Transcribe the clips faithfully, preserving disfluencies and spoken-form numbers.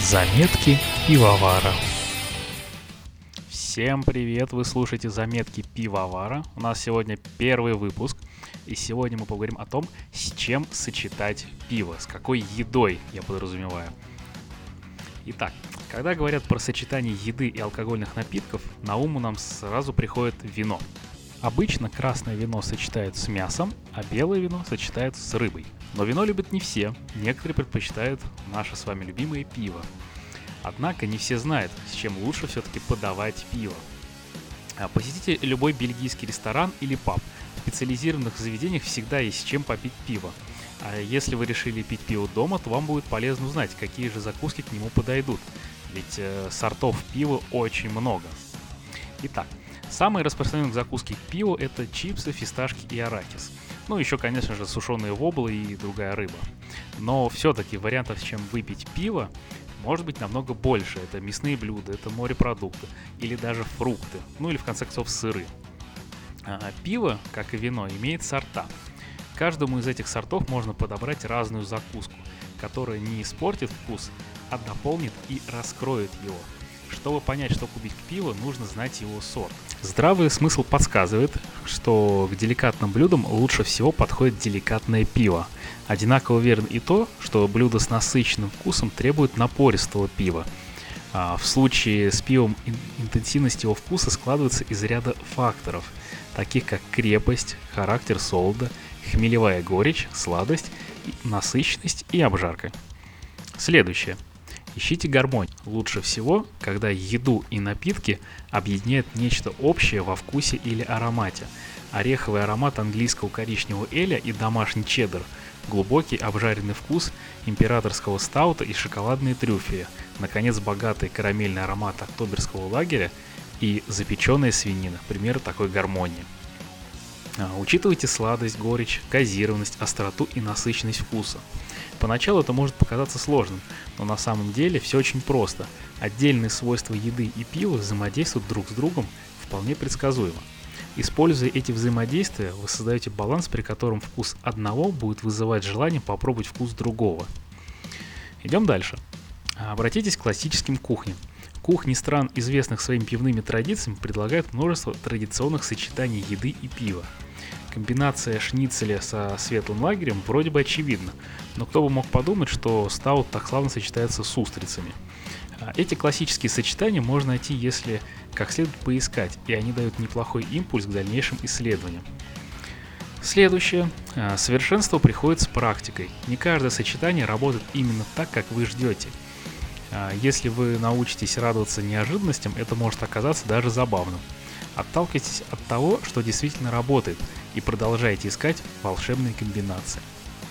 Заметки пивовара. Всем привет! Вы слушаете Заметки пивовара. У нас сегодня первый выпуск, и сегодня мы поговорим о том, с чем сочетать пиво, с какой едой, я подразумеваю. Итак, когда говорят про сочетание еды и алкогольных напитков, на ум нам сразу приходит вино. Обычно красное вино сочетают с мясом, а белое вино сочетают с рыбой. Но вино любят не все, некоторые предпочитают наше с вами любимое пиво. Однако не все знают, с чем лучше все-таки подавать пиво. Посетите любой бельгийский ресторан или паб. В специализированных заведениях всегда есть с чем попить пиво. А если вы решили пить пиво дома, то вам будет полезно узнать, какие же закуски к нему подойдут. Ведь э, сортов пива очень много. Итак, самые распространенные закуски к пиву – это чипсы, фисташки и арахис. Ну, еще, конечно же, сушеные воблы и другая рыба. Но все-таки вариантов, с чем выпить пиво, может быть намного больше. Это мясные блюда, это морепродукты или даже фрукты, ну или в конце концов сыры. А пиво, как и вино, имеет сорта. Каждому из этих сортов можно подобрать разную закуску, которая не испортит вкус, а дополнит и раскроет его. Чтобы понять, что купить к пиву, нужно знать его сорт. Здравый смысл подсказывает, что к деликатным блюдам лучше всего подходит деликатное пиво. Одинаково верно и то, что блюдо с насыщенным вкусом требует напористого пива. А в случае с пивом интенсивность его вкуса складывается из ряда факторов, таких как крепость, характер солода, хмелевая горечь, сладость, насыщенность и обжарка. Следующее. Ищите гармонию. Лучше всего, когда еду и напитки объединяет нечто общее во вкусе или аромате. Ореховый аромат английского коричневого эля и домашний чеддер, глубокий обжаренный вкус императорского стаута и шоколадные трюфели, наконец, богатый карамельный аромат октоберского лагеря и запеченная свинина. Пример такой гармонии. Учитывайте сладость, горечь, газированность, остроту и насыщенность вкуса. Поначалу это может показаться сложным, но на самом деле все очень просто. Отдельные свойства еды и пива взаимодействуют друг с другом вполне предсказуемо. Используя эти взаимодействия, вы создаете баланс, при котором вкус одного будет вызывать желание попробовать вкус другого. Идем дальше. Обратитесь к классическим кухням. Кухни стран, известных своими пивными традициями, предлагают множество традиционных сочетаний еды и пива. Комбинация шницеля со светлым лагерем вроде бы очевидна, но кто бы мог подумать, что стаут так славно сочетается с устрицами. Эти классические сочетания можно найти, если как следует поискать, и они дают неплохой импульс к дальнейшим исследованиям. Следующее. Совершенство приходит с практикой. Не каждое сочетание работает именно так, как вы ждете. Если вы научитесь радоваться неожиданностям, это может оказаться даже забавным. Отталкивайтесь от того, что действительно работает, и продолжайте искать волшебные комбинации.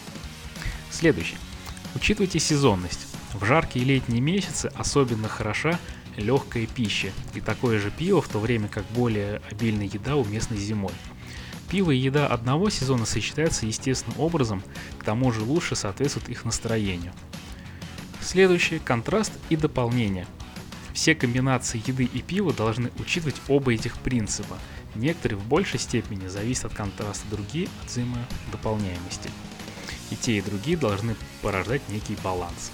Следующий. Учитывайте сезонность. В жаркие летние месяцы особенно хороша легкая пища, и такое же пиво, в то время как более обильная еда уместна зимой. Пиво и еда одного сезона сочетаются естественным образом, к тому же лучше соответствует их настроению. Следующее. Контраст и дополнение. Все комбинации еды и пива должны учитывать оба этих принципа. Некоторые в большей степени зависят от контраста, другие от взаимодополняемости. И те, и другие должны порождать некий баланс.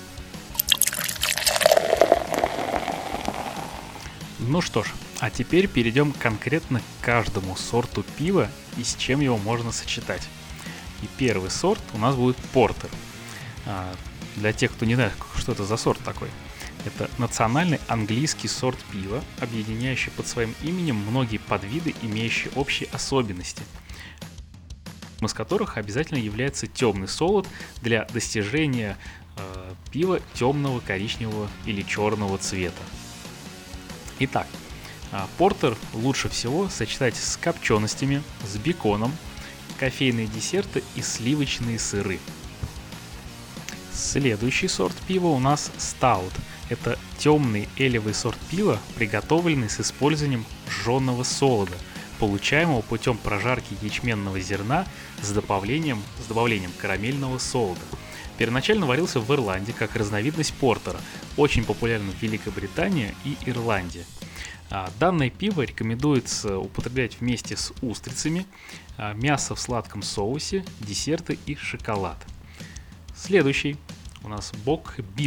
Ну что ж, а теперь перейдем конкретно к каждому сорту пива и с чем его можно сочетать. И первый сорт у нас будет портер. Для тех, кто не знает, что это за сорт такой. Это национальный английский сорт пива, объединяющий под своим именем многие подвиды, имеющие общие особенности, из которых обязательно является темный солод для достижения э, пива темного, коричневого или черного цвета. Итак, портер лучше всего сочетать с копченостями, с беконом, кофейные десерты и сливочные сыры. Следующий сорт пива у нас стаут. Это темный элевый сорт пива, приготовленный с использованием жженого солода, получаемого путем прожарки ячменного зерна с добавлением, с добавлением карамельного солода. Первоначально варился в Ирландии как разновидность портера, очень популярен в Великобритании и Ирландии. Данное пиво рекомендуется употреблять вместе с устрицами, мясо в сладком соусе, десерты и шоколад. Следующий у нас бок-бир,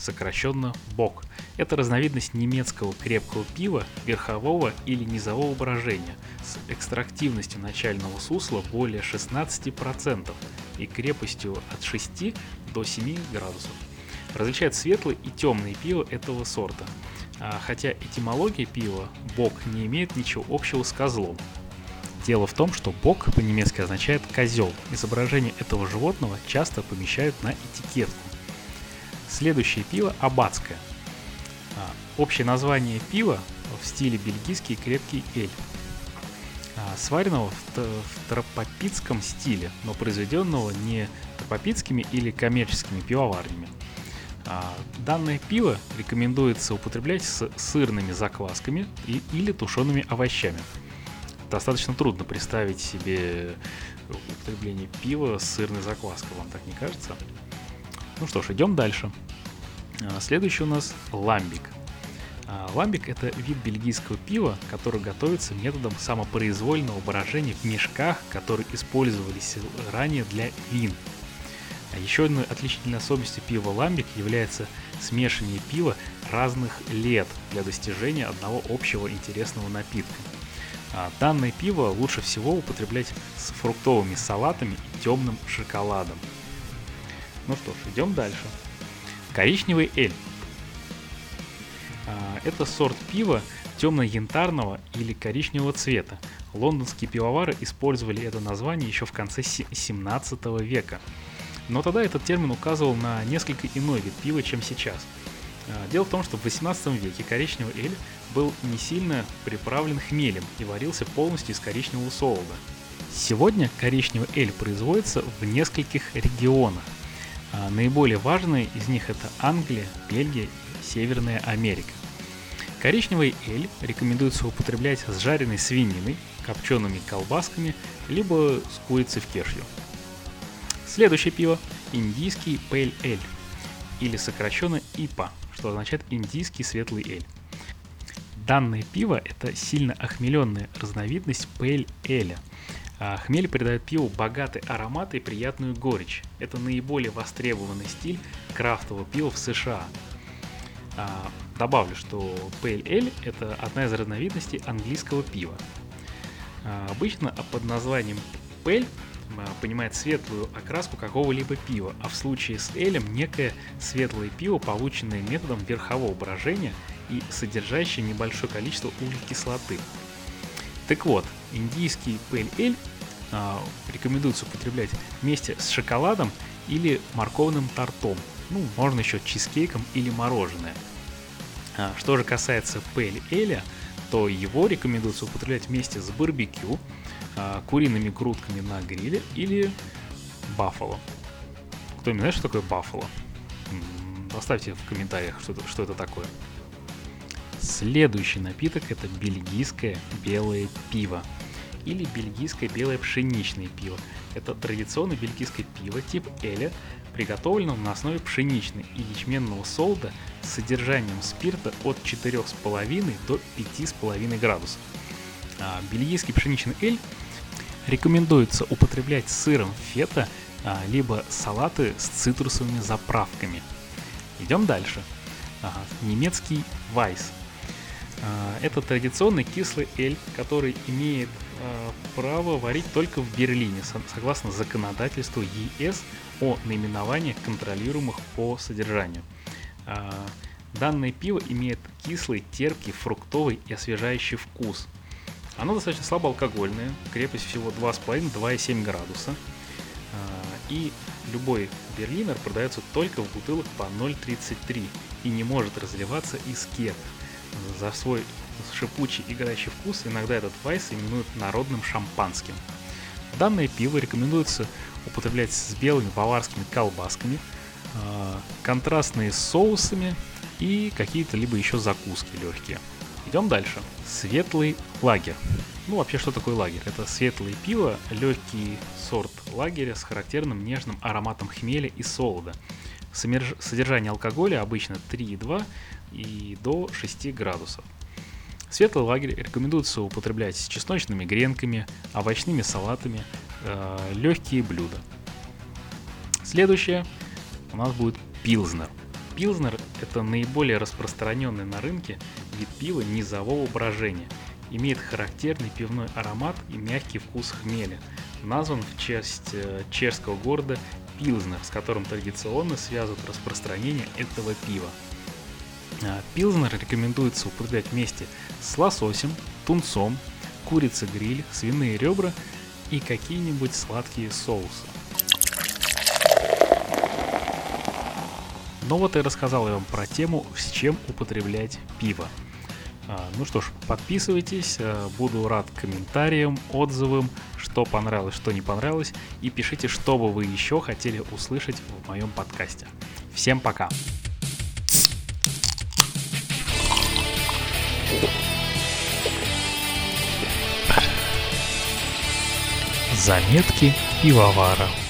сокращенно бок. Это разновидность немецкого крепкого пива верхового или низового брожения с экстрактивностью начального сусла более шестнадцати процентов и крепостью от шести до семи градусов. Различают светлое и темное пиво этого сорта, хотя этимология пива бок не имеет ничего общего с козлом. Дело в том, что бок по-немецки означает козел. Изображение этого животного часто помещают на этикетку. Следующее пиво аббатское. Общее название пива в стиле бельгийский крепкий эль. Сваренного в тропопитском стиле, но произведенного не тропопитскими или коммерческими пивоварнями. Данное пиво рекомендуется употреблять с сырными заквасками и, или тушеными овощами. Достаточно трудно представить себе употребление пива с сырной закваской, вам так не кажется? Ну что ж, идем дальше. Следующий у нас ламбик. Ламбик — это вид бельгийского пива, который готовится методом самопроизвольного брожения в мешках, которые использовались ранее для вин. Еще одной отличительной особенностью пива ламбик является смешивание пива разных лет для достижения одного общего интересного напитка. Данное пиво лучше всего употреблять с фруктовыми салатами и темным шоколадом. Ну что ж, идем дальше. Коричневый эль. Это сорт пива темно-янтарного или коричневого цвета. Лондонские пивовары использовали это название еще в конце семнадцатого века. Но тогда этот термин указывал на несколько иной вид пива, чем сейчас. Дело в том, что в восемнадцатом веке коричневый эль был не сильно приправлен хмелем и варился полностью из коричневого солода. Сегодня коричневый эль производится в нескольких регионах. Наиболее важные из них это Англия, Бельгия и Северная Америка. Коричневый эль рекомендуется употреблять с жареной свининой, копчеными колбасками, либо с курицей в кешью. Следующее пиво – индийский пейль эль, или сокращенно ай пи эй, что означает индийский светлый эль. Данное пиво – это сильно охмеленная разновидность пейль эля. Хмель придает пиву богатый аромат и приятную горечь. Это наиболее востребованный стиль крафтового пива в США. Добавлю, что пейль эль – это одна из разновидностей английского пива. Обычно под названием пейль понимает светлую окраску какого-либо пива, а в случае с элем некое светлое пиво, полученное методом верхового брожения и содержащее небольшое количество углекислоты. Так вот, индийский пейль эль а, рекомендуется употреблять вместе с шоколадом или морковным тортом, ну, можно еще чизкейком или мороженое. А, что же касается пейль эля, то его рекомендуется употреблять вместе с барбекю, куриными грудками на гриле или баффало. Кто-нибудь знает, что такое баффало? Оставьте в комментариях, что это, что это такое. Следующий напиток — это бельгийское белое пиво или бельгийское белое пшеничное пиво. Это традиционное бельгийское пиво тип эля, приготовленного на основе пшеничной и ячменного солода с содержанием спирта от четырёх с половиной до пяти с половиной градусов. А бельгийский пшеничный эль рекомендуется употреблять с сыром фета, а, либо салаты с цитрусовыми заправками. Идем дальше. Ага, немецкий вайс. А, это традиционный кислый эль, который имеет а, право варить только в Берлине, согласно законодательству е эс о наименованиях, контролируемых по содержанию. А, данное пиво имеет кислый, терпкий, фруктовый и освежающий вкус. Оно достаточно слабоалкогольное, крепость всего два с половиной — два и семь градуса. И любой берлинер продается только в бутылок по ноль тридцать три и не может разливаться из кет. За свой шипучий играющий вкус иногда этот вайс именуют народным шампанским. Данное пиво рекомендуется употреблять с белыми баварскими колбасками, контрастные с соусами и какие-то либо еще закуски легкие. Идем дальше. Светлый лагерь. Ну, вообще, что такое лагерь? Это светлое пиво, легкий сорт лагеря с характерным нежным ароматом хмеля и солода. Содержание алкоголя обычно три и два и до шести градусов. Светлый лагерь рекомендуется употреблять с чесночными гренками, овощными салатами, э, легкие блюда. Следующее у нас будет пилзнер. Пилзнер – это наиболее распространенный на рынке вид пива низового брожения. Имеет характерный пивной аромат и мягкий вкус хмеля. Назван в честь чешского города Пилзнер, с которым традиционно связывают распространение этого пива. Пилзнер рекомендуется употреблять вместе с лососем, тунцом, курица-гриль, свиные ребра и какие-нибудь сладкие соусы. Ну вот и рассказал я вам про тему, с чем употреблять пиво. Ну что ж, подписывайтесь, буду рад комментариям, отзывам, что понравилось, что не понравилось, и пишите, что бы вы еще хотели услышать в моем подкасте. Всем пока! Заметки пивовара.